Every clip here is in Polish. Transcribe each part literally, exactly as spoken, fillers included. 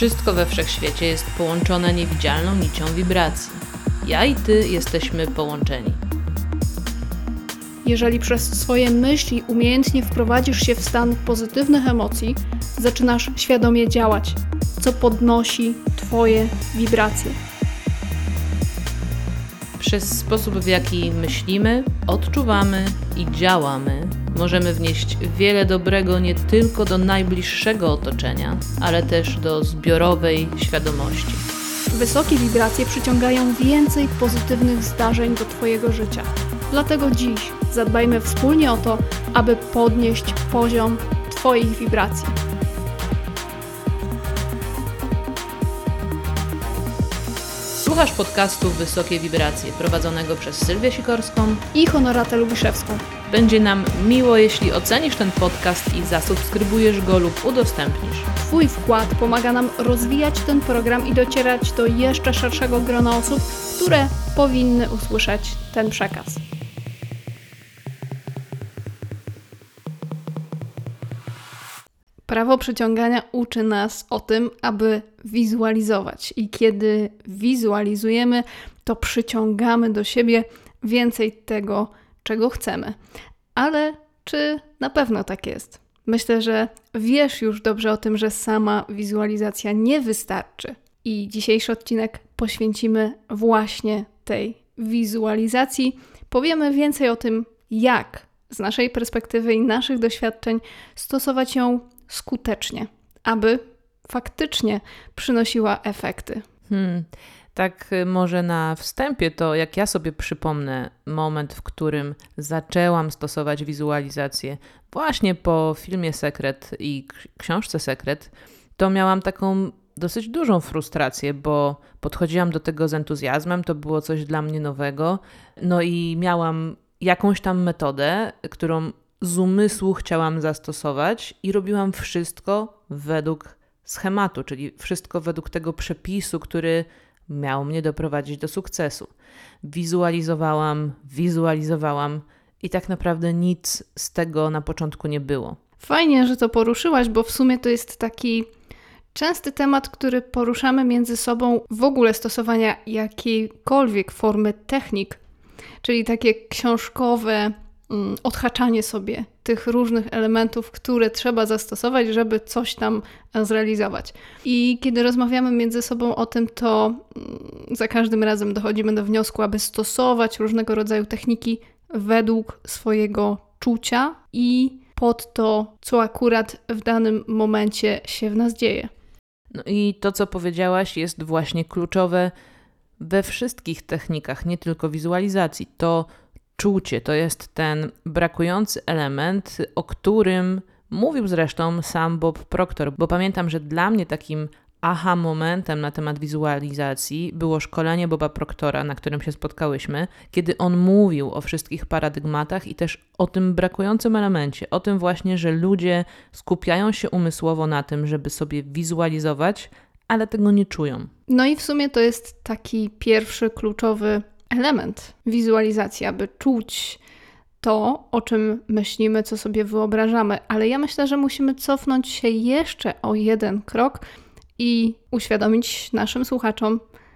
Wszystko we wszechświecie jest połączone niewidzialną nicią wibracji. Ja i ty jesteśmy połączeni. Jeżeli przez swoje myśli umiejętnie wprowadzisz się w stan pozytywnych emocji, zaczynasz świadomie działać, co podnosi twoje wibracje. Przez sposób, w jaki myślimy, odczuwamy i działamy, możemy wnieść wiele dobrego nie tylko do najbliższego otoczenia, ale też do zbiorowej świadomości. Wysokie wibracje przyciągają więcej pozytywnych zdarzeń do twojego życia. Dlatego dziś zadbajmy wspólnie o to, aby podnieść poziom twoich wibracji. Słuchasz podcastu Wysokie Wibracje, prowadzonego przez Sylwię Sikorską i Honoratę Lubiszewską. Będzie nam miło, jeśli ocenisz ten podcast i zasubskrybujesz go lub udostępnisz. Twój wkład pomaga nam rozwijać ten program i docierać do jeszcze szerszego grona osób, które powinny usłyszeć ten przekaz. Prawo przyciągania uczy nas o tym, aby wizualizować. I kiedy wizualizujemy, to przyciągamy do siebie więcej tego, czego chcemy. Ale czy na pewno tak jest? Myślę, że wiesz już dobrze o tym, że sama wizualizacja nie wystarczy. I dzisiejszy odcinek poświęcimy właśnie tej wizualizacji. Powiemy więcej o tym, jak z naszej perspektywy i naszych doświadczeń stosować ją skutecznie, aby faktycznie przynosiła efekty. Hmm. Tak może na wstępie to, jak ja sobie przypomnę moment, w którym zaczęłam stosować wizualizację właśnie po filmie Sekret i książce Sekret, to miałam taką dosyć dużą frustrację, bo podchodziłam do tego z entuzjazmem, to było coś dla mnie nowego, no i miałam jakąś tam metodę, którą z umysłu chciałam zastosować i robiłam wszystko według schematu, czyli wszystko według tego przepisu, który miał mnie doprowadzić do sukcesu. Wizualizowałam, wizualizowałam i tak naprawdę nic z tego na początku nie było. Fajnie, że to poruszyłaś, bo w sumie to jest taki częsty temat, który poruszamy między sobą w ogóle stosowania jakiejkolwiek formy technik, czyli takie książkowe mm, odhaczanie sobie tych różnych elementów, które trzeba zastosować, żeby coś tam zrealizować. I kiedy rozmawiamy między sobą o tym, to za każdym razem dochodzimy do wniosku, aby stosować różnego rodzaju techniki według swojego czucia i pod to, co akurat w danym momencie się w nas dzieje. No i to, co powiedziałaś, jest właśnie kluczowe we wszystkich technikach, nie tylko wizualizacji. To czucie, to jest ten brakujący element, o którym mówił zresztą sam Bob Proctor, bo pamiętam, że dla mnie takim aha momentem na temat wizualizacji było szkolenie Boba Proctora, na którym się spotkałyśmy, kiedy on mówił o wszystkich paradygmatach i też o tym brakującym elemencie, o tym właśnie, że ludzie skupiają się umysłowo na tym, żeby sobie wizualizować, ale tego nie czują. No i w sumie to jest taki pierwszy kluczowy element wizualizacji, aby czuć to, o czym myślimy, co sobie wyobrażamy. Ale ja myślę, że musimy cofnąć się jeszcze o jeden krok i uświadomić naszym słuchaczom,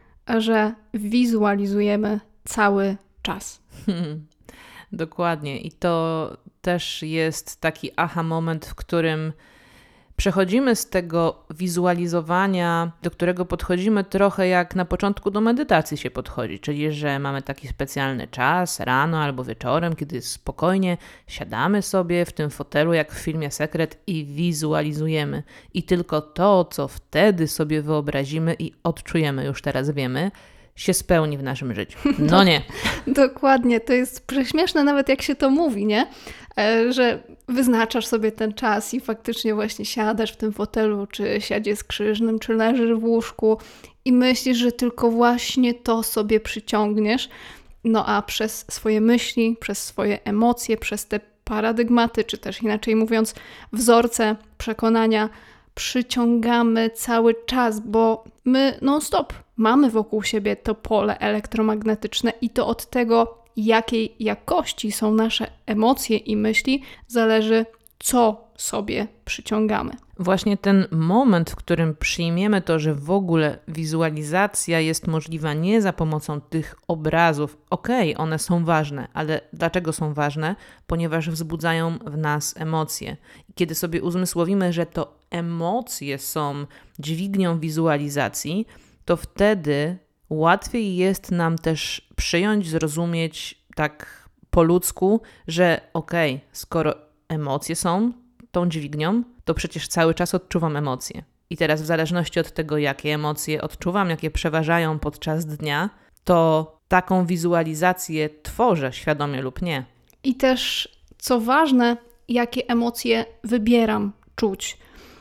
że wizualizujemy cały czas. Hmm, dokładnie. I to też jest taki aha moment, w którym przechodzimy z tego wizualizowania, do którego podchodzimy trochę jak na początku do medytacji się podchodzi, czyli że mamy taki specjalny czas rano albo wieczorem, kiedy spokojnie siadamy sobie w tym fotelu jak w filmie Sekret i wizualizujemy. I tylko to, co wtedy sobie wyobrazimy i odczujemy, już teraz wiemy, się spełni w naszym życiu. No nie. Dokładnie, to jest prześmieszne nawet jak się to mówi, nie? E, że wyznaczasz sobie ten czas i faktycznie właśnie siadasz w tym fotelu, czy siedzisz krzyżnym, czy leżysz w łóżku i myślisz, że tylko właśnie to sobie przyciągniesz, no a przez swoje myśli, przez swoje emocje, przez te paradygmaty, czy też inaczej mówiąc wzorce, przekonania, przyciągamy cały czas, bo my non-stop mamy wokół siebie to pole elektromagnetyczne i to od tego, jakiej jakości są nasze emocje i myśli, zależy, co sobie przyciągamy. Właśnie ten moment, w którym przyjmiemy to, że w ogóle wizualizacja jest możliwa nie za pomocą tych obrazów. Okej, okay, one są ważne, ale dlaczego są ważne? Ponieważ wzbudzają w nas emocje. I kiedy sobie uzmysłowimy, że to emocje są dźwignią wizualizacji, to wtedy łatwiej jest nam też przyjąć, zrozumieć tak po ludzku, że okej, okay, skoro emocje są tą dźwignią, to przecież cały czas odczuwam emocje. I teraz w zależności od tego, jakie emocje odczuwam, jakie przeważają podczas dnia, to taką wizualizację tworzę, świadomie lub nie. I też, co ważne, jakie emocje wybieram czuć.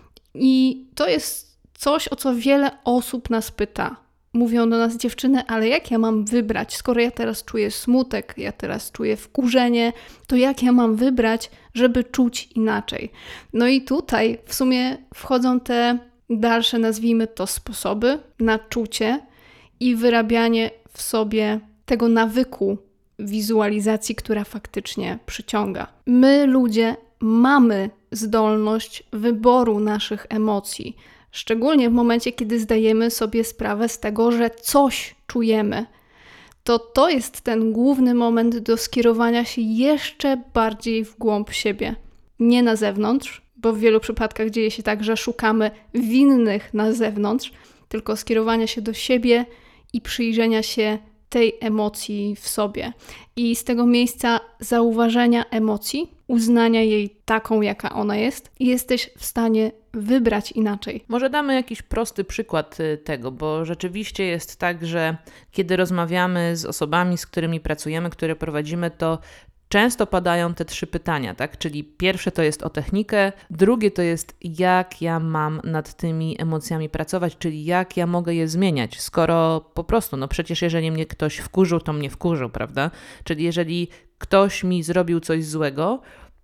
I to jest coś, o co wiele osób nas pyta. Mówią do nas dziewczyny, ale jak ja mam wybrać? Skoro ja teraz czuję smutek, ja teraz czuję wkurzenie, to jak ja mam wybrać, żeby czuć inaczej? No i tutaj w sumie wchodzą te dalsze, nazwijmy to, sposoby na czucie i wyrabianie w sobie tego nawyku wizualizacji, która faktycznie przyciąga. My, ludzie, mamy zdolność wyboru naszych emocji. Szczególnie w momencie, kiedy zdajemy sobie sprawę z tego, że coś czujemy, to to jest ten główny moment do skierowania się jeszcze bardziej w głąb siebie. Nie na zewnątrz, bo w wielu przypadkach dzieje się tak, że szukamy winnych na zewnątrz, tylko skierowania się do siebie i przyjrzenia się tej emocji w sobie. I z tego miejsca zauważenia emocji, uznania jej taką, jaka ona jest, jesteś w stanie wybrać inaczej. Może damy jakiś prosty przykład tego, bo rzeczywiście jest tak, że kiedy rozmawiamy z osobami, z którymi pracujemy, które prowadzimy, to często padają te trzy pytania, tak? Czyli pierwsze to jest o technikę, drugie to jest jak ja mam nad tymi emocjami pracować, czyli jak ja mogę je zmieniać, skoro po prostu, no przecież jeżeli mnie ktoś wkurzył, to mnie wkurzył, prawda? Czyli jeżeli ktoś mi zrobił coś złego,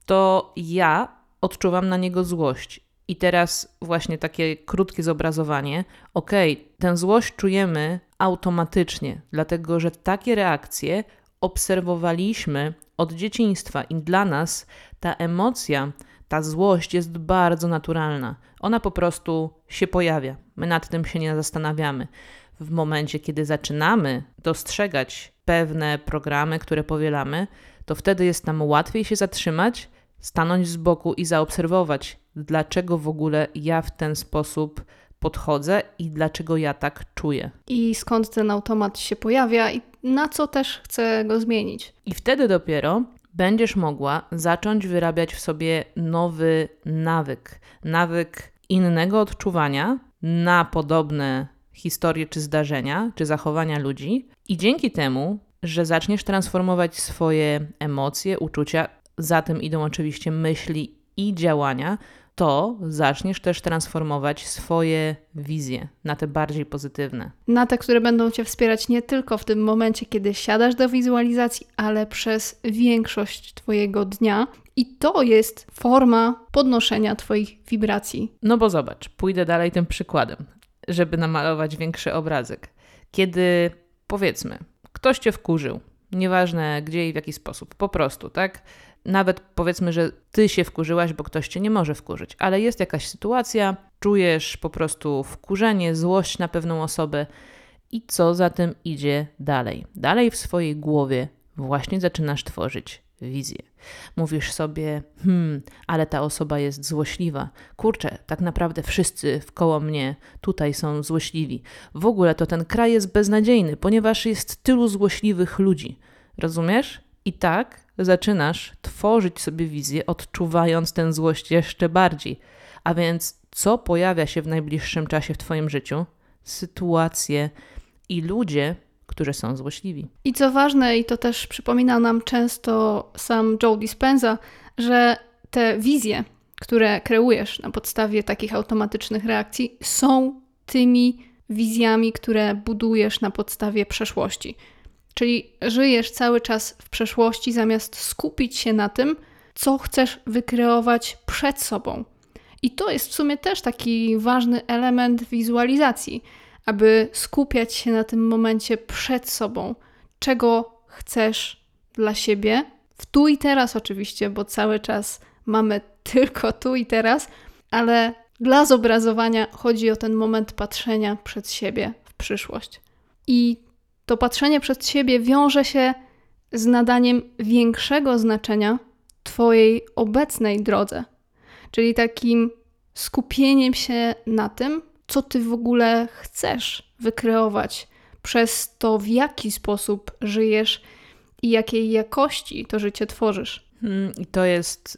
to ja odczuwam na niego złość. I teraz właśnie takie krótkie zobrazowanie. Okej, okay, tę złość czujemy automatycznie, dlatego że takie reakcje obserwowaliśmy od dzieciństwa i dla nas ta emocja, ta złość jest bardzo naturalna. Ona po prostu się pojawia. My nad tym się nie zastanawiamy. W momencie, kiedy zaczynamy dostrzegać pewne programy, które powielamy, to wtedy jest nam łatwiej się zatrzymać, stanąć z boku i zaobserwować, dlaczego w ogóle ja w ten sposób podchodzę i dlaczego ja tak czuję. I skąd ten automat się pojawia i na co też chcę go zmienić. I wtedy dopiero będziesz mogła zacząć wyrabiać w sobie nowy nawyk. Nawyk innego odczuwania na podobne historie czy zdarzenia, czy zachowania ludzi. I dzięki temu, że zaczniesz transformować swoje emocje, uczucia, za tym idą oczywiście myśli i działania, to zaczniesz też transformować swoje wizje na te bardziej pozytywne. Na te, które będą Cię wspierać nie tylko w tym momencie, kiedy siadasz do wizualizacji, ale przez większość Twojego dnia. I to jest forma podnoszenia Twoich wibracji. No bo zobacz, pójdę dalej tym przykładem, żeby namalować większy obrazek. Kiedy, powiedzmy, ktoś Cię wkurzył, nieważne gdzie i w jaki sposób, po prostu, tak? Nawet powiedzmy, że ty się wkurzyłaś, bo ktoś cię nie może wkurzyć, ale jest jakaś sytuacja, czujesz po prostu wkurzenie, złość na pewną osobę i co za tym idzie dalej? Dalej w swojej głowie właśnie zaczynasz tworzyć wizję. Mówisz sobie, hmm, ale ta osoba jest złośliwa. Kurczę, tak naprawdę wszyscy wkoło mnie tutaj są złośliwi. W ogóle to ten kraj jest beznadziejny, ponieważ jest tylu złośliwych ludzi. Rozumiesz? I tak zaczynasz tworzyć sobie wizję, odczuwając tę złość jeszcze bardziej. A więc co pojawia się w najbliższym czasie w twoim życiu? Sytuacje i ludzie, którzy są złośliwi. I co ważne, i to też przypomina nam często sam Joe Dispenza, że te wizje, które kreujesz na podstawie takich automatycznych reakcji, są tymi wizjami, które budujesz na podstawie przeszłości. Czyli żyjesz cały czas w przeszłości, zamiast skupić się na tym, co chcesz wykreować przed sobą. I to jest w sumie też taki ważny element wizualizacji, aby skupiać się na tym momencie przed sobą, czego chcesz dla siebie, w tu i teraz oczywiście, bo cały czas mamy tylko tu i teraz, ale dla zobrazowania chodzi o ten moment patrzenia przed siebie w przyszłość. I to patrzenie przed siebie wiąże się z nadaniem większego znaczenia Twojej obecnej drodze, czyli takim skupieniem się na tym, co Ty w ogóle chcesz wykreować przez to, w jaki sposób żyjesz i jakiej jakości to życie tworzysz. Hmm, I to jest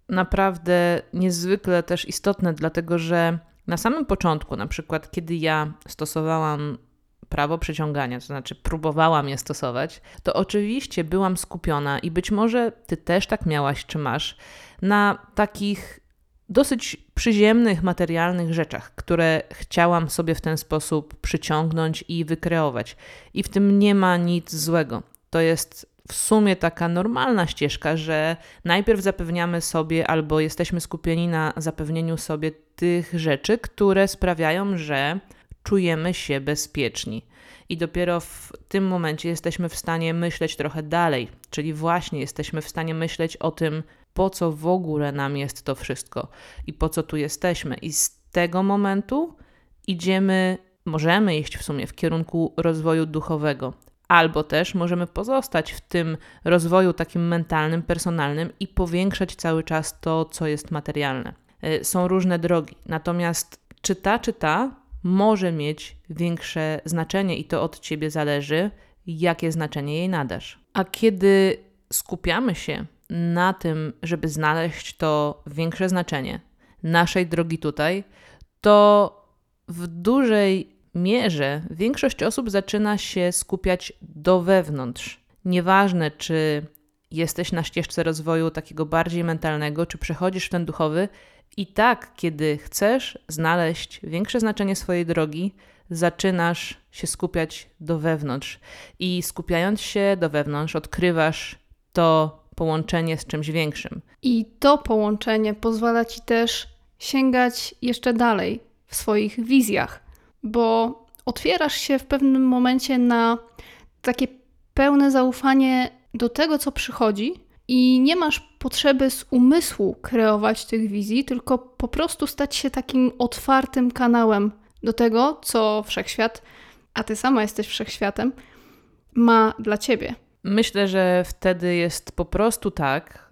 naprawdę niezwykle też istotne, dlatego że na samym początku, na przykład kiedy ja stosowałam prawo przyciągania, to znaczy próbowałam je stosować, to oczywiście byłam skupiona i być może ty też tak miałaś czy masz, na takich dosyć przyziemnych, materialnych rzeczach, które chciałam sobie w ten sposób przyciągnąć i wykreować. I w tym nie ma nic złego. To jest w sumie taka normalna ścieżka, że najpierw zapewniamy sobie albo jesteśmy skupieni na zapewnieniu sobie tych rzeczy, które sprawiają, że czujemy się bezpieczni. I dopiero w tym momencie jesteśmy w stanie myśleć trochę dalej, czyli właśnie jesteśmy w stanie myśleć o tym, po co w ogóle nam jest to wszystko i po co tu jesteśmy. I z tego momentu idziemy, możemy iść w sumie w kierunku rozwoju duchowego. Albo też możemy pozostać w tym rozwoju takim mentalnym, personalnym i powiększać cały czas to, co jest materialne. Są różne drogi, natomiast czy ta, czy ta może mieć większe znaczenie i to od ciebie zależy, jakie znaczenie jej nadasz. A kiedy skupiamy się na tym, żeby znaleźć to większe znaczenie naszej drogi tutaj, to w dużej mierze większość osób zaczyna się skupiać do wewnątrz. Nieważne, czy jesteś na ścieżce rozwoju takiego bardziej mentalnego, czy przechodzisz w ten duchowy, i tak, kiedy chcesz znaleźć większe znaczenie swojej drogi, zaczynasz się skupiać do wewnątrz. I skupiając się do wewnątrz, odkrywasz to połączenie z czymś większym. I to połączenie pozwala ci też sięgać jeszcze dalej w swoich wizjach, bo otwierasz się w pewnym momencie na takie pełne zaufanie do tego, co przychodzi i nie masz potrzeby z umysłu kreować tych wizji, tylko po prostu stać się takim otwartym kanałem do tego, co wszechświat, a ty sama jesteś wszechświatem, ma dla ciebie. Myślę, że wtedy jest po prostu tak,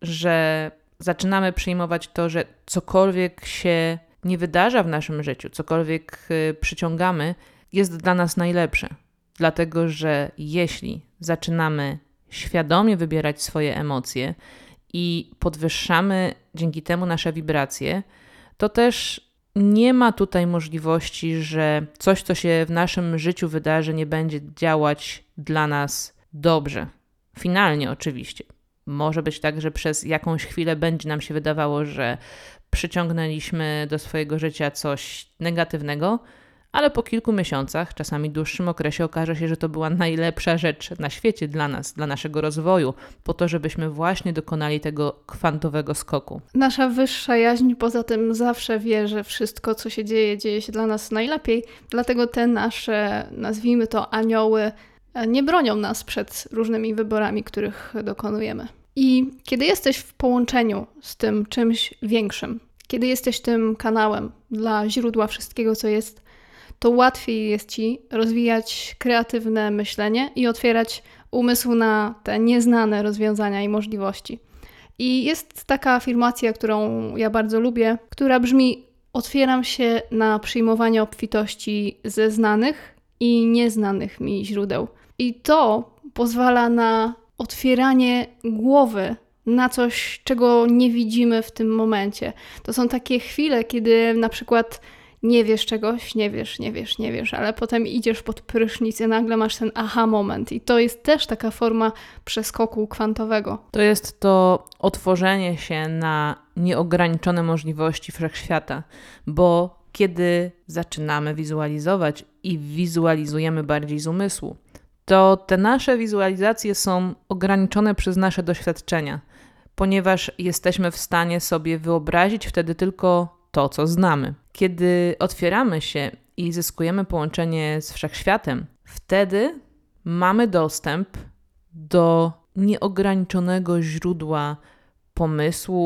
że zaczynamy przyjmować to, że cokolwiek się nie wydarza w naszym życiu, cokolwiek przyciągamy, jest dla nas najlepsze. Dlatego, że jeśli zaczynamy świadomie wybierać swoje emocje i podwyższamy dzięki temu nasze wibracje, to też nie ma tutaj możliwości, że coś, co się w naszym życiu wydarzy, nie będzie działać dla nas dobrze. Finalnie oczywiście. Może być tak, że przez jakąś chwilę będzie nam się wydawało, że przyciągnęliśmy do swojego życia coś negatywnego, ale po kilku miesiącach, czasami dłuższym okresie okaże się, że to była najlepsza rzecz na świecie dla nas, dla naszego rozwoju, po to, żebyśmy właśnie dokonali tego kwantowego skoku. Nasza wyższa jaźń poza tym zawsze wie, że wszystko, co się dzieje, dzieje się dla nas najlepiej, dlatego te nasze, nazwijmy to anioły, nie bronią nas przed różnymi wyborami, których dokonujemy. I kiedy jesteś w połączeniu z tym czymś większym, kiedy jesteś tym kanałem dla źródła wszystkiego, co jest, to łatwiej jest ci rozwijać kreatywne myślenie i otwierać umysł na te nieznane rozwiązania i możliwości. I jest taka afirmacja, którą ja bardzo lubię, która brzmi: otwieram się na przyjmowanie obfitości ze znanych i nieznanych mi źródeł. I to pozwala na otwieranie głowy na coś, czego nie widzimy w tym momencie. To są takie chwile, kiedy na przykład nie wiesz czegoś, nie wiesz, nie wiesz, nie wiesz, ale potem idziesz pod prysznic i nagle masz ten aha moment. I to jest też taka forma przeskoku kwantowego. To jest to otworzenie się na nieograniczone możliwości wszechświata, bo kiedy zaczynamy wizualizować i wizualizujemy bardziej z umysłu, to te nasze wizualizacje są ograniczone przez nasze doświadczenia, ponieważ jesteśmy w stanie sobie wyobrazić wtedy tylko to, co znamy. Kiedy otwieramy się i zyskujemy połączenie z wszechświatem, wtedy mamy dostęp do nieograniczonego źródła pomysłów,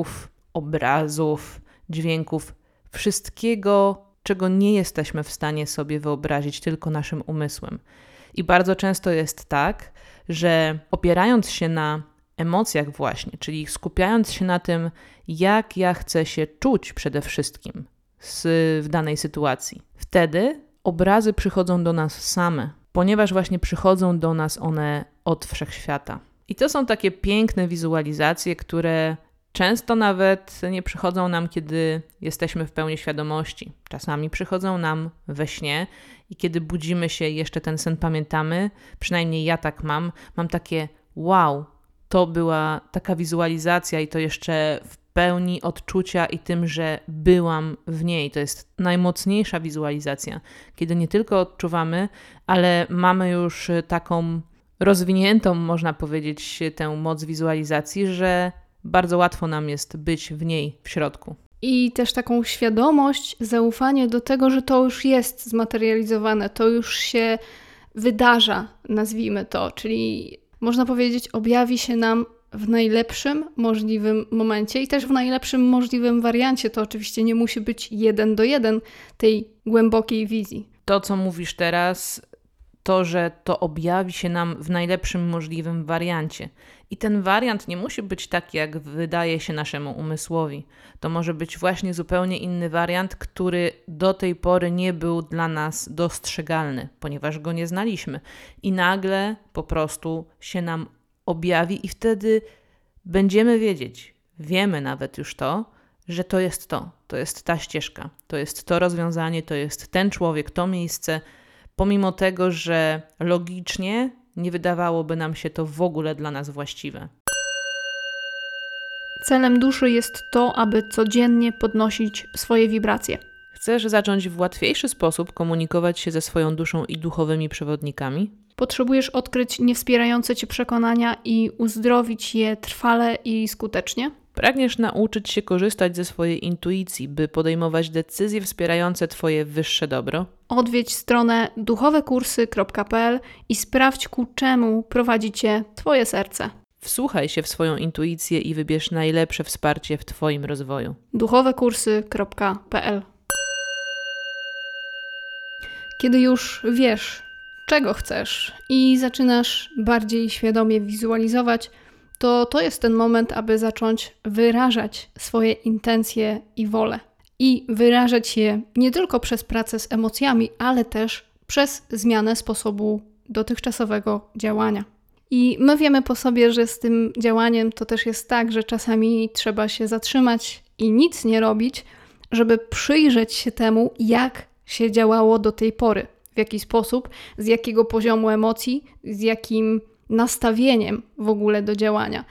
obrazów, dźwięków, wszystkiego, czego nie jesteśmy w stanie sobie wyobrazić tylko naszym umysłem. I bardzo często jest tak, że opierając się na emocjach właśnie, czyli skupiając się na tym, jak ja chcę się czuć przede wszystkim w danej sytuacji, wtedy obrazy przychodzą do nas same, ponieważ właśnie przychodzą do nas one od wszechświata. I to są takie piękne wizualizacje, które często nawet nie przychodzą nam, kiedy jesteśmy w pełni świadomości. Czasami przychodzą nam we śnie i kiedy budzimy się i jeszcze ten sen pamiętamy, przynajmniej ja tak mam, mam takie wow, to była taka wizualizacja i to jeszcze w pełni odczucia i tym, że byłam w niej. To jest najmocniejsza wizualizacja, kiedy nie tylko odczuwamy, ale mamy już taką rozwiniętą, można powiedzieć, tę moc wizualizacji, że bardzo łatwo nam jest być w niej, w środku. I też taką świadomość, zaufanie do tego, że to już jest zmaterializowane, to już się wydarza, nazwijmy to, czyli można powiedzieć, objawi się nam w najlepszym możliwym momencie i też w najlepszym możliwym wariancie. To oczywiście nie musi być jeden do jeden tej głębokiej wizji. To, co mówisz teraz, to, że to objawi się nam w najlepszym możliwym wariancie. I ten wariant nie musi być taki, jak wydaje się naszemu umysłowi. To może być właśnie zupełnie inny wariant, który do tej pory nie był dla nas dostrzegalny, ponieważ go nie znaliśmy. I nagle po prostu się nam objawi i wtedy będziemy wiedzieć, wiemy nawet już to, że to jest to, to jest ta ścieżka, to jest to rozwiązanie, to jest ten człowiek, to miejsce, pomimo tego, że logicznie nie wydawałoby nam się to w ogóle dla nas właściwe. Celem duszy jest to, aby codziennie podnosić swoje wibracje. Chcesz zacząć w łatwiejszy sposób komunikować się ze swoją duszą i duchowymi przewodnikami? Potrzebujesz odkryć niewspierające cię przekonania i uzdrowić je trwale i skutecznie? Pragniesz nauczyć się korzystać ze swojej intuicji, by podejmować decyzje wspierające twoje wyższe dobro? Odwiedź stronę duchowe kursy kropka p l i sprawdź, ku czemu prowadzi cię twoje serce. Wsłuchaj się w swoją intuicję i wybierz najlepsze wsparcie w twoim rozwoju. duchowe kursy kropka p l. Kiedy już wiesz, czego chcesz i zaczynasz bardziej świadomie wizualizować, to to jest ten moment, aby zacząć wyrażać swoje intencje i wolę. I wyrażać je nie tylko przez pracę z emocjami, ale też przez zmianę sposobu dotychczasowego działania. I my wiemy po sobie, że z tym działaniem to też jest tak, że czasami trzeba się zatrzymać i nic nie robić, żeby przyjrzeć się temu, jak się działało do tej pory, w jaki sposób, z jakiego poziomu emocji, z jakim nastawieniem w ogóle do działania.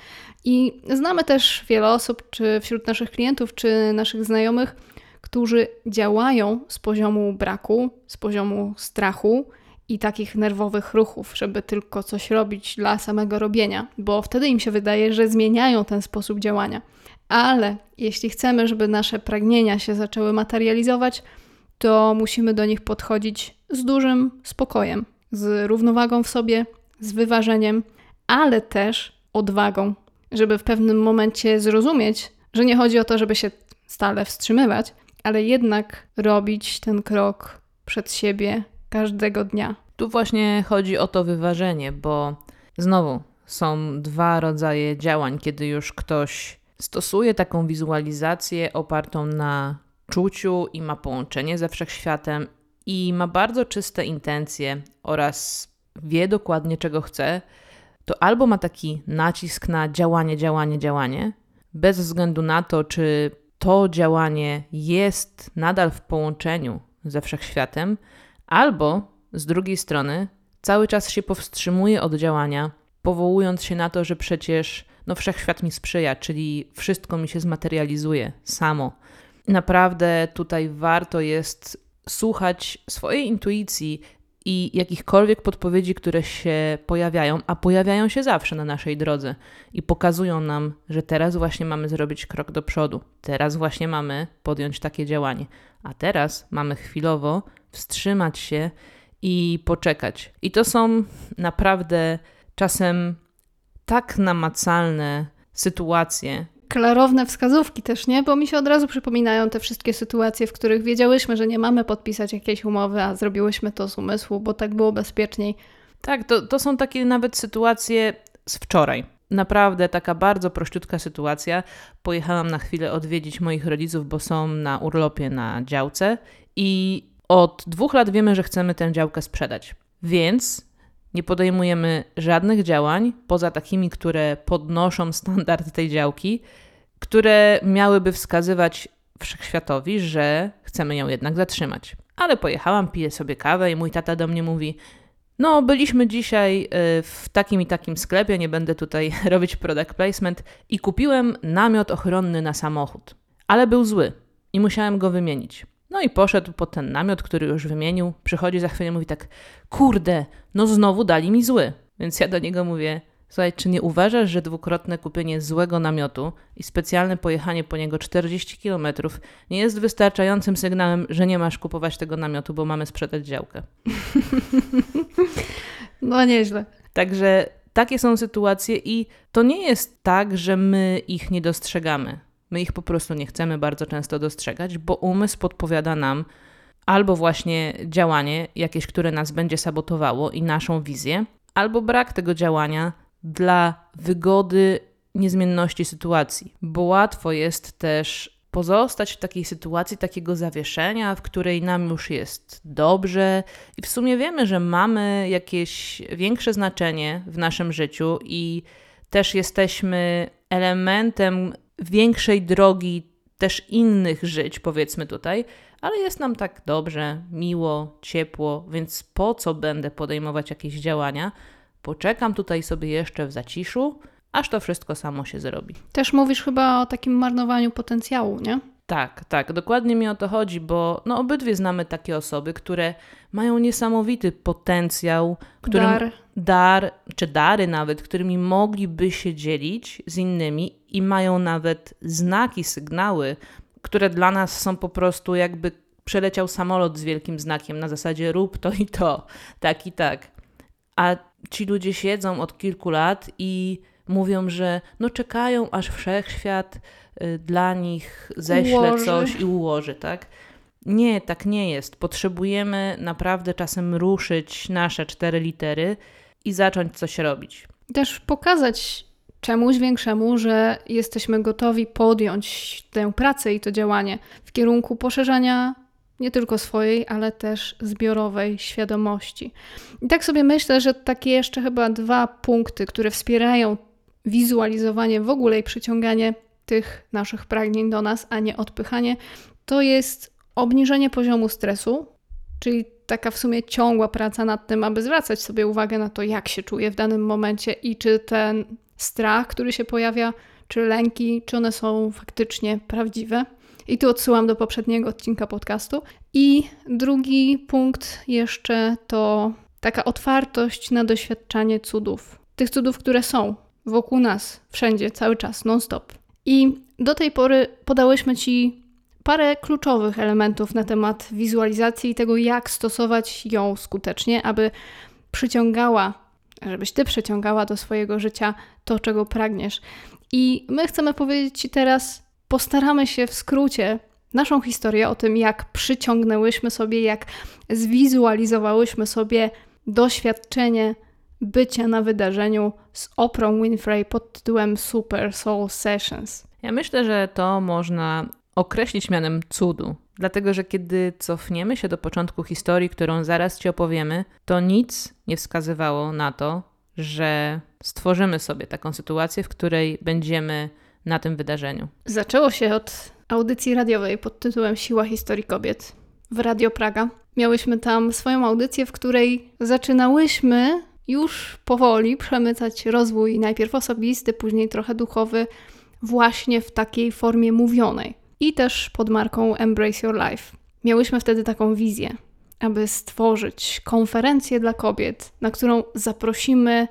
I znamy też wiele osób, czy wśród naszych klientów, czy naszych znajomych, którzy działają z poziomu braku, z poziomu strachu i takich nerwowych ruchów, żeby tylko coś robić dla samego robienia, bo wtedy im się wydaje, że zmieniają ten sposób działania. Ale jeśli chcemy, żeby nasze pragnienia się zaczęły materializować, to musimy do nich podchodzić z dużym spokojem, z równowagą w sobie, z wyważeniem, ale też odwagą, żeby w pewnym momencie zrozumieć, że nie chodzi o to, żeby się stale wstrzymywać, ale jednak robić ten krok przed siebie każdego dnia. Tu właśnie chodzi o to wyważenie, bo znowu są dwa rodzaje działań, kiedy już ktoś stosuje taką wizualizację opartą na czuciu i ma połączenie ze wszechświatem i ma bardzo czyste intencje oraz wie dokładnie, czego chce, to albo ma taki nacisk na działanie, działanie, działanie, bez względu na to, czy to działanie jest nadal w połączeniu ze wszechświatem, albo z drugiej strony cały czas się powstrzymuje od działania, powołując się na to, że przecież no, wszechświat mi sprzyja, czyli wszystko mi się zmaterializuje samo. Naprawdę tutaj warto jest słuchać swojej intuicji i jakichkolwiek podpowiedzi, które się pojawiają, a pojawiają się zawsze na naszej drodze i pokazują nam, że teraz właśnie mamy zrobić krok do przodu, teraz właśnie mamy podjąć takie działanie, a teraz mamy chwilowo wstrzymać się i poczekać. I to są naprawdę czasem tak namacalne sytuacje, klarowne wskazówki też, nie? Bo mi się od razu przypominają te wszystkie sytuacje, w których wiedziałyśmy, że nie mamy podpisać jakiejś umowy, a zrobiłyśmy to z umysłu, bo tak było bezpieczniej. Tak, to, to są takie nawet sytuacje z wczoraj. Naprawdę taka bardzo prościutka sytuacja. Pojechałam na chwilę odwiedzić moich rodziców, bo są na urlopie na działce i od dwóch lat wiemy, że chcemy tę działkę sprzedać. Więc nie podejmujemy żadnych działań, poza takimi, które podnoszą standard tej działki, które miałyby wskazywać wszechświatowi, że chcemy ją jednak zatrzymać. Ale pojechałam, piję sobie kawę i mój tata do mnie mówi: no, byliśmy dzisiaj w takim i takim sklepie, nie będę tutaj robić product placement, i kupiłem namiot ochronny na samochód. Ale był zły i musiałem go wymienić. No i poszedł po ten namiot, który już wymienił. Przychodzi za chwilę i mówi tak: kurde, no znowu dali mi zły. Więc ja do niego mówię: słuchaj, czy nie uważasz, że dwukrotne kupienie złego namiotu i specjalne pojechanie po niego czterdzieści kilometrów nie jest wystarczającym sygnałem, że nie masz kupować tego namiotu, bo mamy sprzedać działkę? No nieźle. Także takie są sytuacje i to nie jest tak, że my ich nie dostrzegamy. My ich po prostu nie chcemy bardzo często dostrzegać, bo umysł podpowiada nam albo właśnie działanie jakieś, które nas będzie sabotowało i naszą wizję, albo brak tego działania dla wygody niezmienności sytuacji. Bo łatwo jest też pozostać w takiej sytuacji takiego zawieszenia, w której nam już jest dobrze i w sumie wiemy, że mamy jakieś większe znaczenie w naszym życiu i też jesteśmy elementem większej drogi też innych żyć, powiedzmy tutaj, ale jest nam tak dobrze, miło, ciepło, więc po co będę podejmować jakieś działania? Poczekam tutaj sobie jeszcze w zaciszu, aż to wszystko samo się zrobi. Też mówisz chyba o takim marnowaniu potencjału, nie? Tak, tak, dokładnie mi o to chodzi, bo no obydwie znamy takie osoby, które mają niesamowity potencjał, którym, Dar. dar, czy dary nawet, którymi mogliby się dzielić z innymi i mają nawet znaki, sygnały, które dla nas są po prostu jakby przeleciał samolot z wielkim znakiem na zasadzie rób to i to, tak i tak. A ci ludzie siedzą od kilku lat i mówią, że no czekają, aż wszechświat y, dla nich ześle Ułoży. coś i ułoży, tak? Nie, tak nie jest. Potrzebujemy naprawdę czasem ruszyć nasze cztery litery i zacząć coś robić. Też pokazać czemuś większemu, że jesteśmy gotowi podjąć tę pracę i to działanie w kierunku poszerzania nie tylko swojej, ale też zbiorowej świadomości. I tak sobie myślę, że takie jeszcze chyba dwa punkty, które wspierają wizualizowanie w ogóle i przyciąganie tych naszych pragnień do nas, a nie odpychanie, to jest obniżenie poziomu stresu, czyli taka w sumie ciągła praca nad tym, aby zwracać sobie uwagę na to, jak się czuję w danym momencie i czy ten strach, który się pojawia, czy lęki, czy one są faktycznie prawdziwe. I tu odsyłam do poprzedniego odcinka podcastu. I drugi punkt jeszcze to taka otwartość na doświadczanie cudów. Tych cudów, które są wokół nas, wszędzie, cały czas, non-stop. I do tej pory podałyśmy Ci parę kluczowych elementów na temat wizualizacji i tego, jak stosować ją skutecznie, aby przyciągała, żebyś Ty przyciągała do swojego życia to, czego pragniesz. I my chcemy powiedzieć Ci teraz, postaramy się w skrócie naszą historię o tym, jak przyciągnęłyśmy sobie, jak zwizualizowałyśmy sobie doświadczenie bycia na wydarzeniu z Oprah Winfrey pod tytułem Super Soul Sessions. Ja myślę, że to można określić mianem cudu, dlatego że kiedy cofniemy się do początku historii, którą zaraz Ci opowiemy, to nic nie wskazywało na to, że stworzymy sobie taką sytuację, w której będziemy na tym wydarzeniu. Zaczęło się od audycji radiowej pod tytułem Siła historii kobiet w Radio Praga. Miałyśmy tam swoją audycję, w której zaczynałyśmy już powoli przemycać rozwój, najpierw osobisty, później trochę duchowy, właśnie w takiej formie mówionej. I też pod marką Embrace Your Life. Miałyśmy wtedy taką wizję, aby stworzyć konferencję dla kobiet, na którą zaprosimy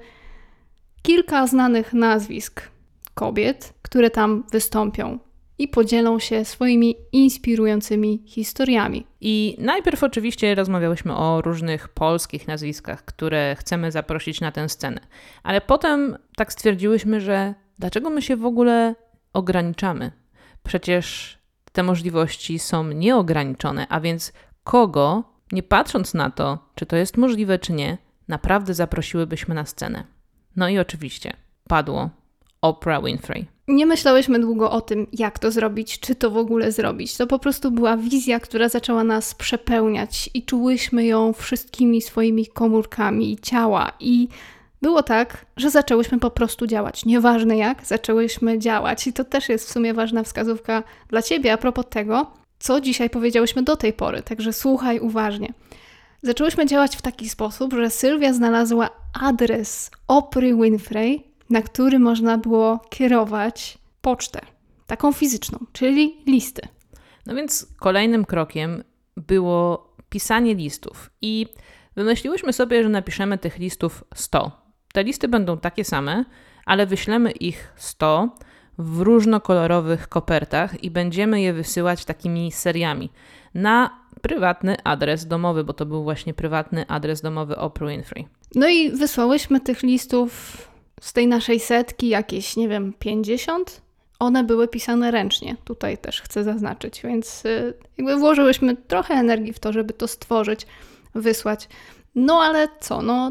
kilka znanych nazwisk kobiet, które tam wystąpią i podzielą się swoimi inspirującymi historiami. I najpierw oczywiście rozmawiałyśmy o różnych polskich nazwiskach, które chcemy zaprosić na tę scenę. Ale potem tak stwierdziłyśmy, że dlaczego my się w ogóle ograniczamy. Przecież te możliwości są nieograniczone, a więc kogo, nie patrząc na to, czy to jest możliwe, czy nie, naprawdę zaprosiłybyśmy na scenę. No i oczywiście padło Oprah Winfrey. Nie myślałyśmy długo o tym, jak to zrobić, czy to w ogóle zrobić. To po prostu była wizja, która zaczęła nas przepełniać i czułyśmy ją wszystkimi swoimi komórkami ciała. I było tak, że zaczęłyśmy po prostu działać. Nieważne jak, zaczęłyśmy działać. I to też jest w sumie ważna wskazówka dla Ciebie a propos tego, co dzisiaj powiedziałyśmy do tej pory. Także słuchaj uważnie. Zaczęłyśmy działać w taki sposób, że Sylwia znalazła adres Oprah Winfrey, na który można było kierować pocztę, taką fizyczną, czyli listy. No więc kolejnym krokiem było pisanie listów i wymyśliłyśmy sobie, że napiszemy tych listów sto. Te listy będą takie same, ale wyślemy ich sto w różnokolorowych kopertach i będziemy je wysyłać takimi seriami na prywatny adres domowy, bo to był właśnie prywatny adres domowy Oprah Winfrey. No i wysłałyśmy tych listów z tej naszej setki jakieś, nie wiem, pięćdziesiąt. One były pisane ręcznie, tutaj też chcę zaznaczyć, więc jakby włożyłyśmy trochę energii w to, żeby to stworzyć, wysłać. No ale co, no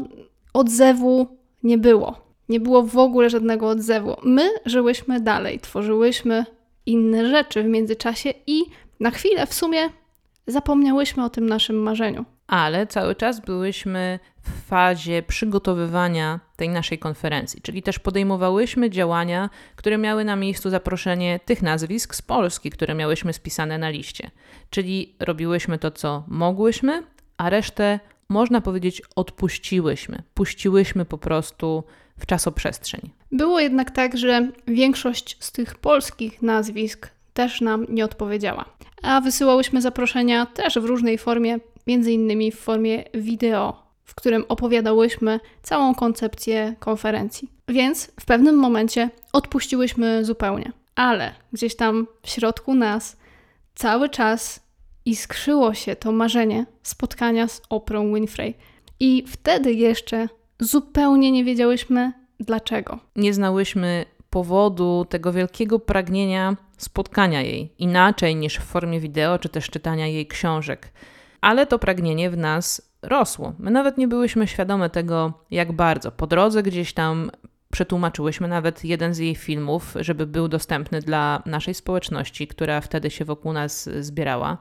odzewu nie było. Nie było w ogóle żadnego odzewu. My żyłyśmy dalej, tworzyłyśmy inne rzeczy w międzyczasie i na chwilę w sumie zapomniałyśmy o tym naszym marzeniu. Ale cały czas byłyśmy w fazie przygotowywania tej naszej konferencji, czyli też podejmowałyśmy działania, które miały na miejscu zaproszenie tych nazwisk z Polski, które miałyśmy spisane na liście. Czyli robiłyśmy to, co mogłyśmy, a resztę, można powiedzieć, odpuściłyśmy. Puściłyśmy po prostu w czasoprzestrzeń. Było jednak tak, że większość z tych polskich nazwisk też nam nie odpowiedziała. A wysyłałyśmy zaproszenia też w różnej formie, między innymi w formie wideo, w którym opowiadałyśmy całą koncepcję konferencji. Więc w pewnym momencie odpuściłyśmy zupełnie. Ale gdzieś tam w środku nas cały czas iskrzyło się to marzenie spotkania z Oprah Winfrey. I wtedy jeszcze zupełnie nie wiedziałyśmy dlaczego. Nie znałyśmy powodu tego wielkiego pragnienia spotkania jej, inaczej niż w formie wideo, czy też czytania jej książek. Ale to pragnienie w nas rosło. My nawet nie byłyśmy świadome tego, jak bardzo. Po drodze gdzieś tam przetłumaczyłyśmy nawet jeden z jej filmów, żeby był dostępny dla naszej społeczności, która wtedy się wokół nas zbierała.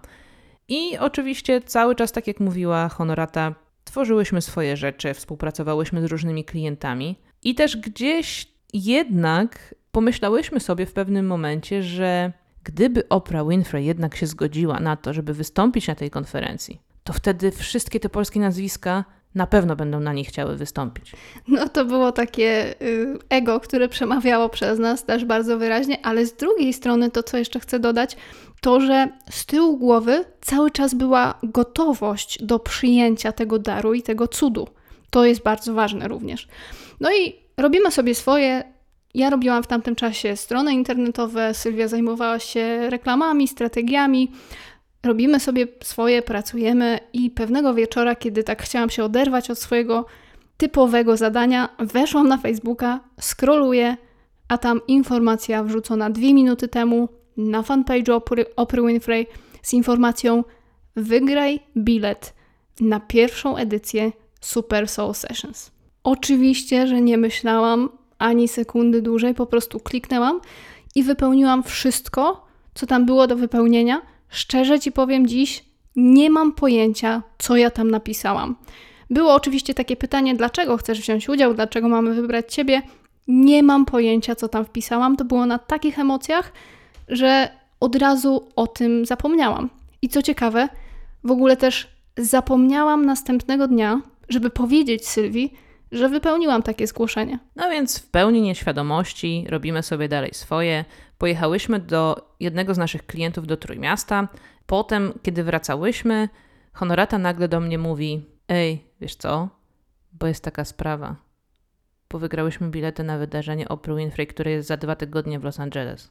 I oczywiście cały czas, tak jak mówiła Honorata, tworzyłyśmy swoje rzeczy, współpracowałyśmy z różnymi klientami i też gdzieś jednak pomyślałyśmy sobie w pewnym momencie, że gdyby Oprah Winfrey jednak się zgodziła na to, żeby wystąpić na tej konferencji, to wtedy wszystkie te polskie nazwiska na pewno będą na niej chciały wystąpić. No to było takie y, ego, które przemawiało przez nas też bardzo wyraźnie, ale z drugiej strony to, co jeszcze chcę dodać, to, że z tyłu głowy cały czas była gotowość do przyjęcia tego daru i tego cudu. To jest bardzo ważne również. No i robimy sobie swoje. Ja robiłam w tamtym czasie strony internetowe, Sylwia zajmowała się reklamami, strategiami. Robimy sobie swoje, pracujemy i pewnego wieczora, kiedy tak chciałam się oderwać od swojego typowego zadania, weszłam na Facebooka, scrolluję, a tam informacja wrzucona dwie minuty temu na fanpage'u Oprah Winfrey z informacją: wygraj bilet na pierwszą edycję Super Soul Sessions. Oczywiście, że nie myślałam ani sekundy dłużej, po prostu kliknęłam i wypełniłam wszystko, co tam było do wypełnienia. Szczerze Ci powiem dziś, nie mam pojęcia, co ja tam napisałam. Było oczywiście takie pytanie, dlaczego chcesz wziąć udział, dlaczego mamy wybrać Ciebie. Nie mam pojęcia, co tam wpisałam. To było na takich emocjach, że od razu o tym zapomniałam. I co ciekawe, w ogóle też zapomniałam następnego dnia, żeby powiedzieć Sylwii, że wypełniłam takie zgłoszenie. No więc w pełni nieświadomości robimy sobie dalej swoje. Pojechałyśmy do jednego z naszych klientów do Trójmiasta. Potem, kiedy wracałyśmy, Honorata nagle do mnie mówi: ej, wiesz co, bo jest taka sprawa. Bo wygrałyśmy bilety na wydarzenie Oprah Winfrey, które jest za dwa tygodnie w Los Angeles.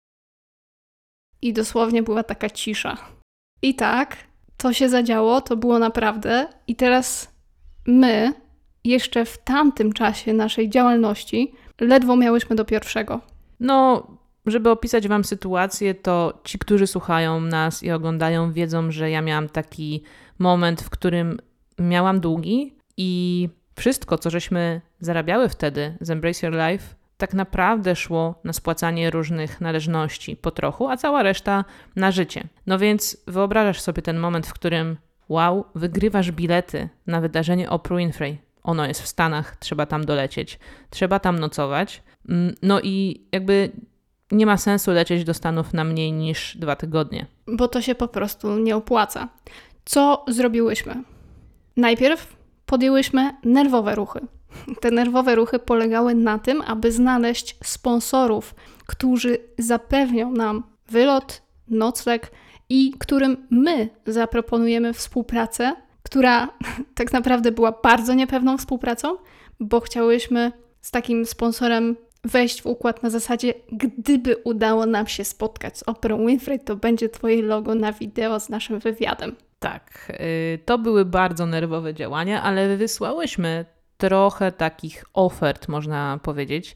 I dosłownie była taka cisza. I tak, to się zadziało, to było naprawdę. I teraz my, jeszcze w tamtym czasie naszej działalności, ledwo miałyśmy do pierwszego. No, żeby opisać wam sytuację, to ci, którzy słuchają nas i oglądają, wiedzą, że ja miałam taki moment, w którym miałam długi i wszystko, co żeśmy zarabiały wtedy z Embrace Your Life, tak naprawdę szło na spłacanie różnych należności po trochu, a cała reszta na życie. No więc wyobrażasz sobie ten moment, w którym wow, wygrywasz bilety na wydarzenie Oprah Winfrey. Ono jest w Stanach, trzeba tam dolecieć, trzeba tam nocować. No i jakby nie ma sensu lecieć do Stanów na mniej niż dwa tygodnie. Bo to się po prostu nie opłaca. Co zrobiłyśmy? Najpierw podjęłyśmy nerwowe ruchy. Te nerwowe ruchy polegały na tym, aby znaleźć sponsorów, którzy zapewnią nam wylot, nocleg i którym my zaproponujemy współpracę, która tak naprawdę była bardzo niepewną współpracą, bo chciałyśmy z takim sponsorem wejść w układ na zasadzie, gdyby udało nam się spotkać z Oprah Winfrey, to będzie twoje logo na wideo z naszym wywiadem. Tak, yy, to były bardzo nerwowe działania, ale wysłałyśmy trochę takich ofert, można powiedzieć.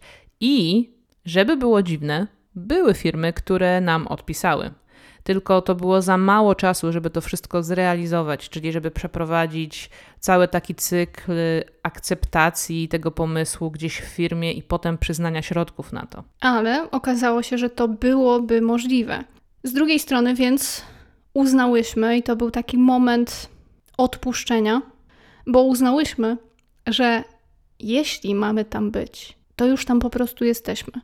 I żeby było dziwne, były firmy, które nam odpisały. Tylko to było za mało czasu, żeby to wszystko zrealizować, czyli żeby przeprowadzić cały taki cykl akceptacji tego pomysłu gdzieś w firmie i potem przyznania środków na to. Ale okazało się, że to byłoby możliwe. Z drugiej strony więc uznałyśmy, i to był taki moment odpuszczenia, bo uznałyśmy, że jeśli mamy tam być, to już tam po prostu jesteśmy.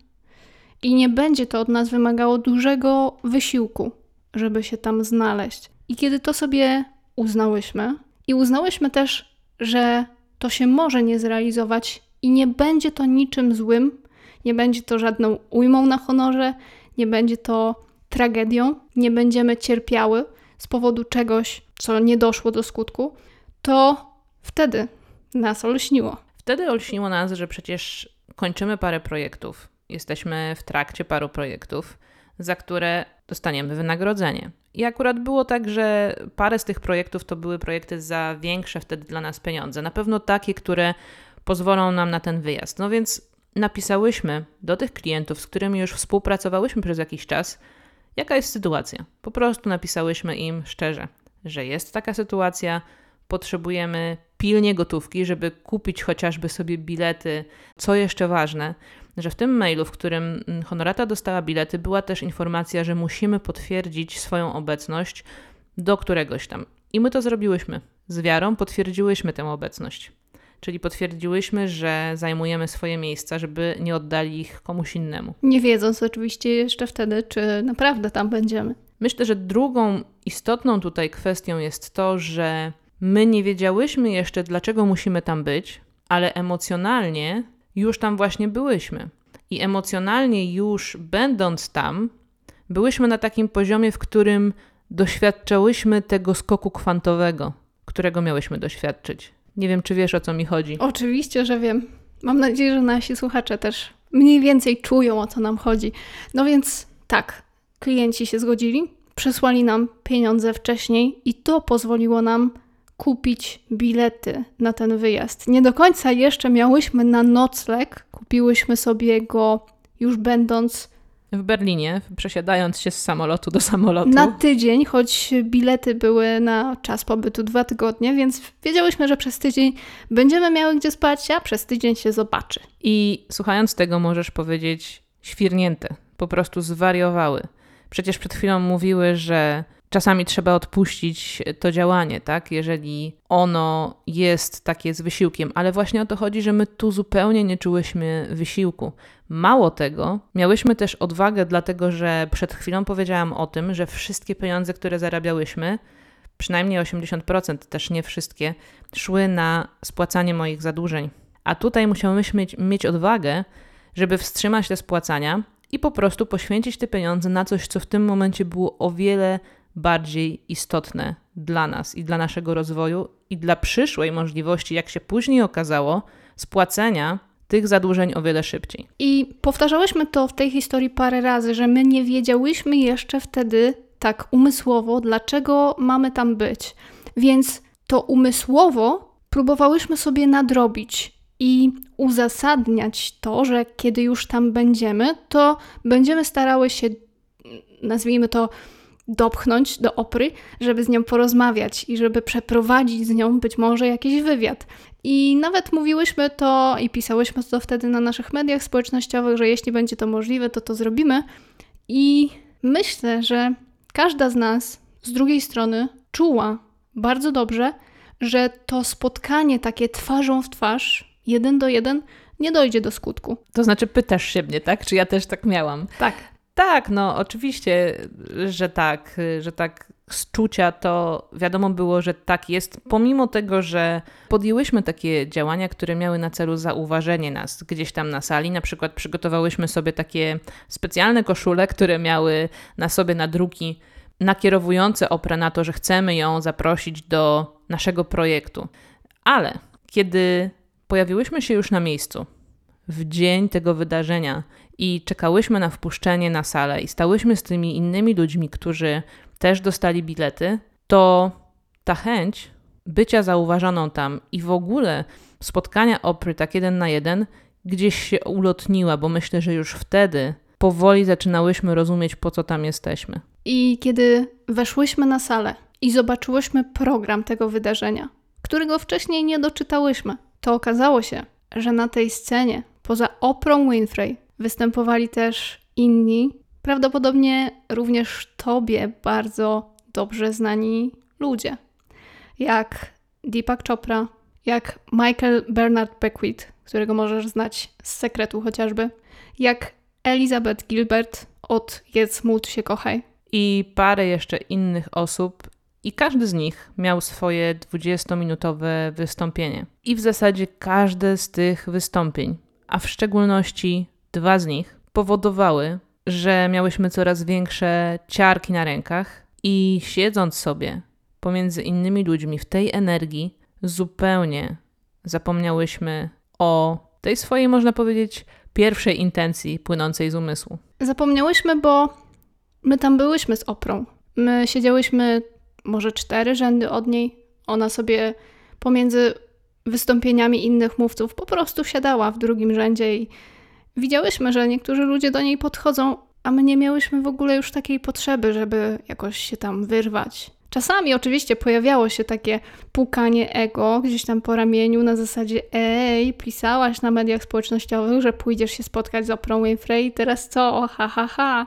I nie będzie to od nas wymagało dużego wysiłku, żeby się tam znaleźć. I kiedy to sobie uznałyśmy i uznałyśmy też, że to się może nie zrealizować i nie będzie to niczym złym, nie będzie to żadną ujmą na honorze, nie będzie to tragedią, nie będziemy cierpiały z powodu czegoś, co nie doszło do skutku, to wtedy nas olśniło. Wtedy olśniło nas, że przecież kończymy parę projektów. Jesteśmy w trakcie paru projektów, za które dostaniemy wynagrodzenie. I akurat było tak, że parę z tych projektów to były projekty za większe wtedy dla nas pieniądze. Na pewno takie, które pozwolą nam na ten wyjazd. No więc napisałyśmy do tych klientów, z którymi już współpracowałyśmy przez jakiś czas, jaka jest sytuacja. Po prostu napisałyśmy im szczerze, że jest taka sytuacja, potrzebujemy pilnie gotówki, żeby kupić chociażby sobie bilety. Co jeszcze ważne, że w tym mailu, w którym Honorata dostała bilety, była też informacja, że musimy potwierdzić swoją obecność do któregoś tam. I my to zrobiłyśmy. Z wiarą potwierdziłyśmy tę obecność. Czyli potwierdziłyśmy, że zajmujemy swoje miejsca, żeby nie oddali ich komuś innemu. Nie wiedząc oczywiście jeszcze wtedy, czy naprawdę tam będziemy. Myślę, że drugą istotną tutaj kwestią jest to, że my nie wiedziałyśmy jeszcze, dlaczego musimy tam być, ale emocjonalnie już tam właśnie byłyśmy. I emocjonalnie już będąc tam, byłyśmy na takim poziomie, w którym doświadczałyśmy tego skoku kwantowego, którego miałyśmy doświadczyć. Nie wiem, czy wiesz, o co mi chodzi. Oczywiście, że wiem. Mam nadzieję, że nasi słuchacze też mniej więcej czują, o co nam chodzi. No więc tak, klienci się zgodzili, przesłali nam pieniądze wcześniej i to pozwoliło nam kupić bilety na ten wyjazd. Nie do końca jeszcze miałyśmy na nocleg, kupiłyśmy sobie go już będąc w Berlinie, przesiadając się z samolotu do samolotu. Na tydzień, choć bilety były na czas pobytu dwa tygodnie, więc wiedziałyśmy, że przez tydzień będziemy miały gdzie spać, a przez tydzień się zobaczy. I słuchając tego możesz powiedzieć świrnięte, po prostu zwariowały. Przecież przed chwilą mówiły, że czasami trzeba odpuścić to działanie, tak? Jeżeli ono jest takie z wysiłkiem, ale właśnie o to chodzi, że my tu zupełnie nie czułyśmy wysiłku. Mało tego, miałyśmy też odwagę, dlatego że przed chwilą powiedziałam o tym, że wszystkie pieniądze, które zarabiałyśmy, przynajmniej osiemdziesiąt procent, też nie wszystkie, szły na spłacanie moich zadłużeń. A tutaj musiałyśmy mieć, mieć odwagę, żeby wstrzymać te spłacania i po prostu poświęcić te pieniądze na coś, co w tym momencie było o wiele bardziej istotne dla nas i dla naszego rozwoju i dla przyszłej możliwości, jak się później okazało, spłacenia tych zadłużeń o wiele szybciej. I powtarzałyśmy to w tej historii parę razy, że my nie wiedziałyśmy jeszcze wtedy tak umysłowo, dlaczego mamy tam być. Więc to umysłowo próbowałyśmy sobie nadrobić i uzasadniać to, że kiedy już tam będziemy, to będziemy starały się, nazwijmy to, dopchnąć do Opry, żeby z nią porozmawiać i żeby przeprowadzić z nią być może jakiś wywiad. I nawet mówiłyśmy to i pisałyśmy to wtedy na naszych mediach społecznościowych, że jeśli będzie to możliwe, to to zrobimy. I myślę, że każda z nas z drugiej strony czuła bardzo dobrze, że to spotkanie takie twarzą w twarz, jeden do jeden, nie dojdzie do skutku. To znaczy pytasz się mnie, tak? Czy ja też tak miałam? Tak. Tak, no oczywiście, że tak, że tak z czucia to wiadomo było, że tak jest, pomimo tego, że podjęłyśmy takie działania, które miały na celu zauważenie nas gdzieś tam na sali. Na przykład przygotowałyśmy sobie takie specjalne koszule, które miały na sobie nadruki nakierowujące Oprę na to, że chcemy ją zaprosić do naszego projektu. Ale kiedy pojawiłyśmy się już na miejscu, w dzień tego wydarzenia i czekałyśmy na wpuszczenie na salę i stałyśmy z tymi innymi ludźmi, którzy też dostali bilety, to ta chęć bycia zauważoną tam i w ogóle spotkania Opry tak jeden na jeden gdzieś się ulotniła, bo myślę, że już wtedy powoli zaczynałyśmy rozumieć, po co tam jesteśmy. I kiedy weszłyśmy na salę i zobaczyłyśmy program tego wydarzenia, którego wcześniej nie doczytałyśmy, to okazało się, że na tej scenie poza Oprą Winfrey występowali też inni, prawdopodobnie również tobie bardzo dobrze znani ludzie, jak Deepak Chopra, jak Michael Bernard Beckwith, którego możesz znać z Sekretu chociażby, jak Elizabeth Gilbert od Jedz, módl się, kochaj. I parę jeszcze innych osób i każdy z nich miał swoje dwudziestominutowe wystąpienie. I w zasadzie każde z tych wystąpień, a w szczególności dwa z nich, powodowały, że miałyśmy coraz większe ciarki na rękach i siedząc sobie pomiędzy innymi ludźmi w tej energii, zupełnie zapomniałyśmy o tej swojej, można powiedzieć, pierwszej intencji płynącej z umysłu. Zapomniałyśmy, bo my tam byłyśmy z Oprą. My siedziałyśmy może cztery rzędy od niej. Ona sobie pomiędzy wystąpieniami innych mówców po prostu siadała w drugim rzędzie i widziałyśmy, że niektórzy ludzie do niej podchodzą, a my nie miałyśmy w ogóle już takiej potrzeby, żeby jakoś się tam wyrwać. Czasami oczywiście pojawiało się takie pukanie ego gdzieś tam po ramieniu na zasadzie ej, pisałaś na mediach społecznościowych, że pójdziesz się spotkać z Oprą Winfrey i teraz co? Ha, ha, ha.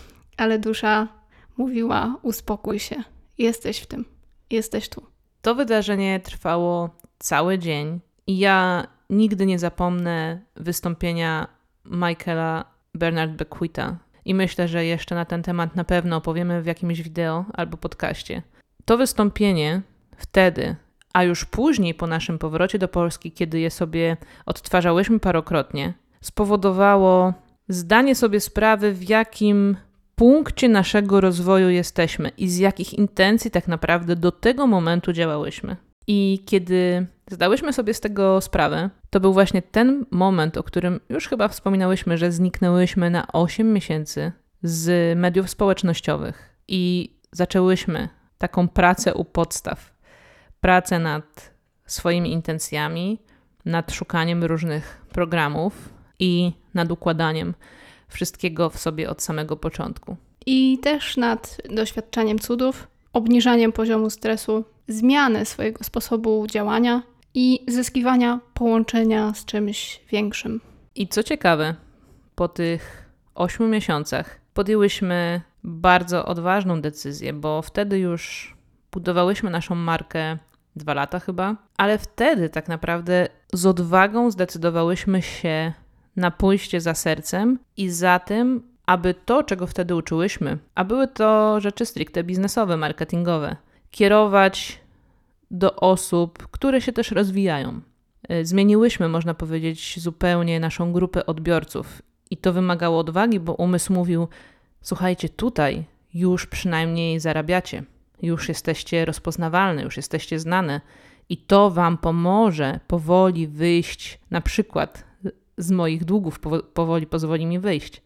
Ale dusza mówiła, uspokój się. Jesteś w tym. Jesteś tu. To wydarzenie trwało cały dzień i ja nigdy nie zapomnę wystąpienia Michaela Bernard Beckwitha. I myślę, że jeszcze na ten temat na pewno opowiemy w jakimś wideo albo podcaście. To wystąpienie wtedy, a już później po naszym powrocie do Polski, kiedy je sobie odtwarzałyśmy parokrotnie, spowodowało zdanie sobie sprawy, w jakim punkcie naszego rozwoju jesteśmy i z jakich intencji tak naprawdę do tego momentu działałyśmy. I kiedy zdałyśmy sobie z tego sprawę, to był właśnie ten moment, o którym już chyba wspominałyśmy, że zniknęłyśmy na osiem miesięcy z mediów społecznościowych i zaczęłyśmy taką pracę u podstaw. Pracę nad swoimi intencjami, nad szukaniem różnych programów i nad układaniem wszystkiego w sobie od samego początku. I też nad doświadczaniem cudów, obniżaniem poziomu stresu, zmiany swojego sposobu działania i zyskiwania połączenia z czymś większym. I co ciekawe, po tych ośmiu miesiącach podjęłyśmy bardzo odważną decyzję, bo wtedy już budowałyśmy naszą markę dwa lata chyba, ale wtedy tak naprawdę z odwagą zdecydowałyśmy się na pójście za sercem i za tym, aby to, czego wtedy uczyłyśmy, a były to rzeczy stricte biznesowe, marketingowe, kierować do osób, które się też rozwijają. Zmieniłyśmy, można powiedzieć, zupełnie naszą grupę odbiorców i to wymagało odwagi, bo umysł mówił, słuchajcie, tutaj już przynajmniej zarabiacie, już jesteście rozpoznawalne, już jesteście znane i to wam pomoże powoli wyjść, na przykład z moich długów powoli pozwoli mi wyjść.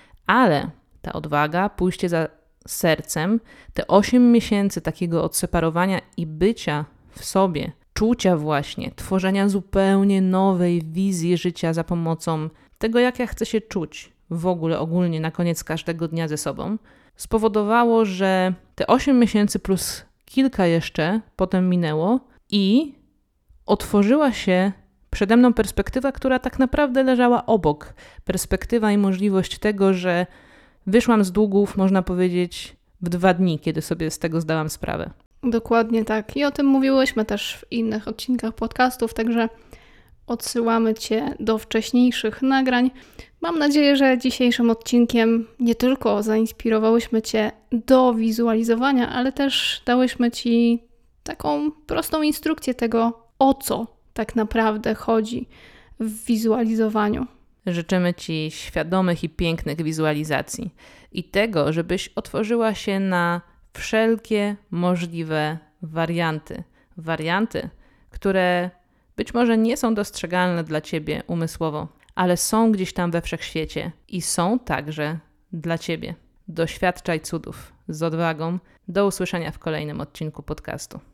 Ale ta odwaga, pójście za sercem, te osiem miesięcy takiego odseparowania i bycia w sobie, czucia właśnie, tworzenia zupełnie nowej wizji życia za pomocą tego, jak ja chcę się czuć w ogóle ogólnie na koniec każdego dnia ze sobą, spowodowało, że te osiem miesięcy plus kilka jeszcze potem minęło i otworzyła się przede mną perspektywa, która tak naprawdę leżała obok. Perspektywa i możliwość tego, że wyszłam z długów, można powiedzieć, w dwa dni, kiedy sobie z tego zdałam sprawę. Dokładnie tak. I o tym mówiłyśmy też w innych odcinkach podcastów, także odsyłamy Cię do wcześniejszych nagrań. Mam nadzieję, że dzisiejszym odcinkiem nie tylko zainspirowałyśmy Cię do wizualizowania, ale też dałyśmy Ci taką prostą instrukcję tego, o co tak naprawdę chodzi w wizualizowaniu. Życzymy Ci świadomych i pięknych wizualizacji i tego, żebyś otworzyła się na wszelkie możliwe warianty. Warianty, które być może nie są dostrzegalne dla Ciebie umysłowo, ale są gdzieś tam we wszechświecie i są także dla Ciebie. Doświadczaj cudów z odwagą. Do usłyszenia w kolejnym odcinku podcastu.